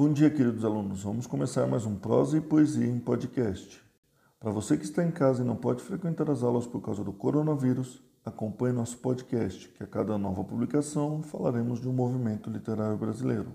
Bom dia, queridos alunos. Vamos começar mais um Prosa e Poesia em podcast. Para você que está em casa e não pode frequentar as aulas por causa do coronavírus, acompanhe nosso podcast, que a cada nova publicação falaremos de um movimento literário brasileiro.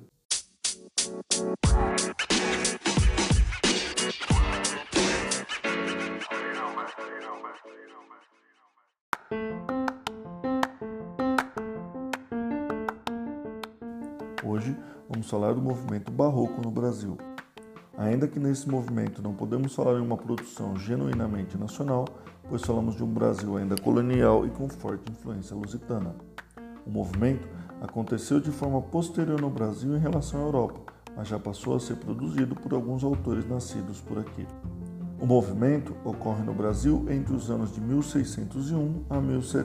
Hoje vamos falar do movimento barroco no Brasil. Ainda que nesse movimento não podemos falar em uma produção genuinamente nacional, pois falamos de um Brasil ainda colonial e com forte influência lusitana. O movimento aconteceu de forma posterior no Brasil em relação à Europa, mas já passou a ser produzido por alguns autores nascidos por aqui. O movimento ocorre no Brasil entre os anos de 1601 a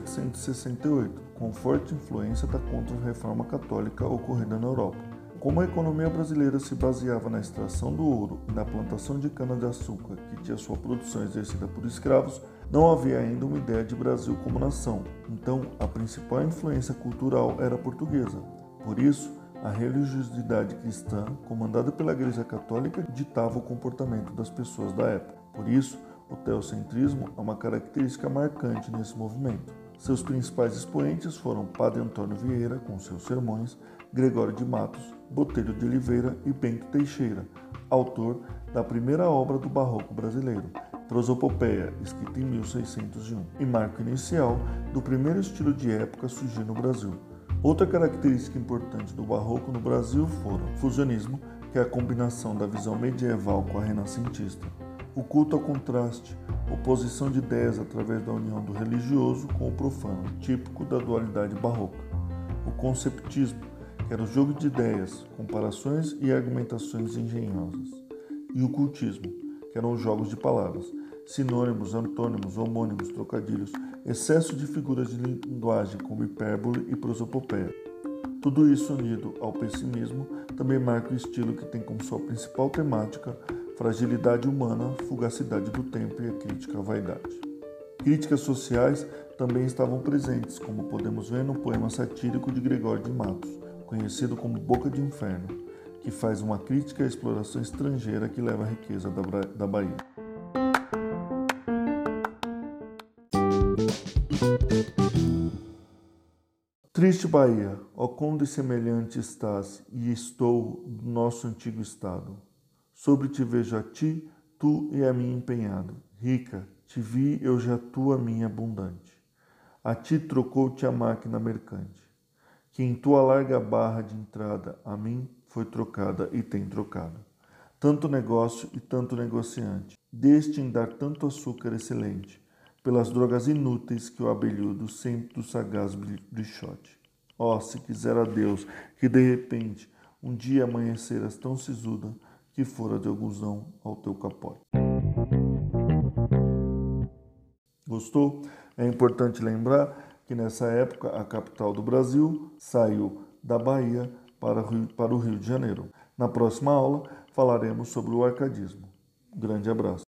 1768, com forte influência da Contra-Reforma Católica ocorrida na Europa. Como a economia brasileira se baseava na extração do ouro e na plantação de cana-de-açúcar, que tinha sua produção exercida por escravos, não havia ainda uma ideia de Brasil como nação, então a principal influência cultural era portuguesa. Por isso, a religiosidade cristã, comandada pela Igreja Católica, ditava o comportamento das pessoas da época. Por isso, o teocentrismo é uma característica marcante nesse movimento. Seus principais expoentes foram Padre Antônio Vieira, com seus sermões, Gregório de Matos, Botelho de Oliveira e Bento Teixeira, autor da primeira obra do Barroco brasileiro, Prosopopeia, escrita em 1601, e marco inicial do primeiro estilo de época a surgir no Brasil. Outra característica importante do Barroco no Brasil foram o fusionismo, que é a combinação da visão medieval com a renascentista, o culto ao contraste, oposição de ideias através da união do religioso com o profano, típico da dualidade barroca, o conceptismo, que era o jogo de ideias, comparações e argumentações engenhosas, e o cultismo, que eram os jogos de palavras, sinônimos, antônimos, homônimos, trocadilhos, excesso de figuras de linguagem como hipérbole e prosopopeia. Tudo isso unido ao pessimismo também marca o estilo que tem como sua principal temática fragilidade humana, fugacidade do tempo e a crítica à vaidade. Críticas sociais também estavam presentes, como podemos ver no poema satírico de Gregório de Matos, conhecido como Boca de Inferno, que faz uma crítica à exploração estrangeira que leva a riqueza da Bahia. Triste Bahia, ó quão dissemelhante estás, e estou do nosso antigo estado. Sobre te vejo a ti, tu e a mim empenhado. Rica, te vi, eu já tu a mim abundante. A ti trocou-te a máquina mercante, que em tua larga barra de entrada a mim foi trocada e tem trocado. Tanto negócio e tanto negociante, deste em dar tanto açúcar excelente, pelas drogas inúteis que o abelhudo sempre do sagaz bichote. Ó, se quisera Deus que de repente um dia amanheceras tão sisuda que fora de alguzão ao teu capote. Gostou? É importante lembrar que nessa época a capital do Brasil saiu da Bahia para o Rio de Janeiro. Na próxima aula falaremos sobre o arcadismo. Um grande abraço.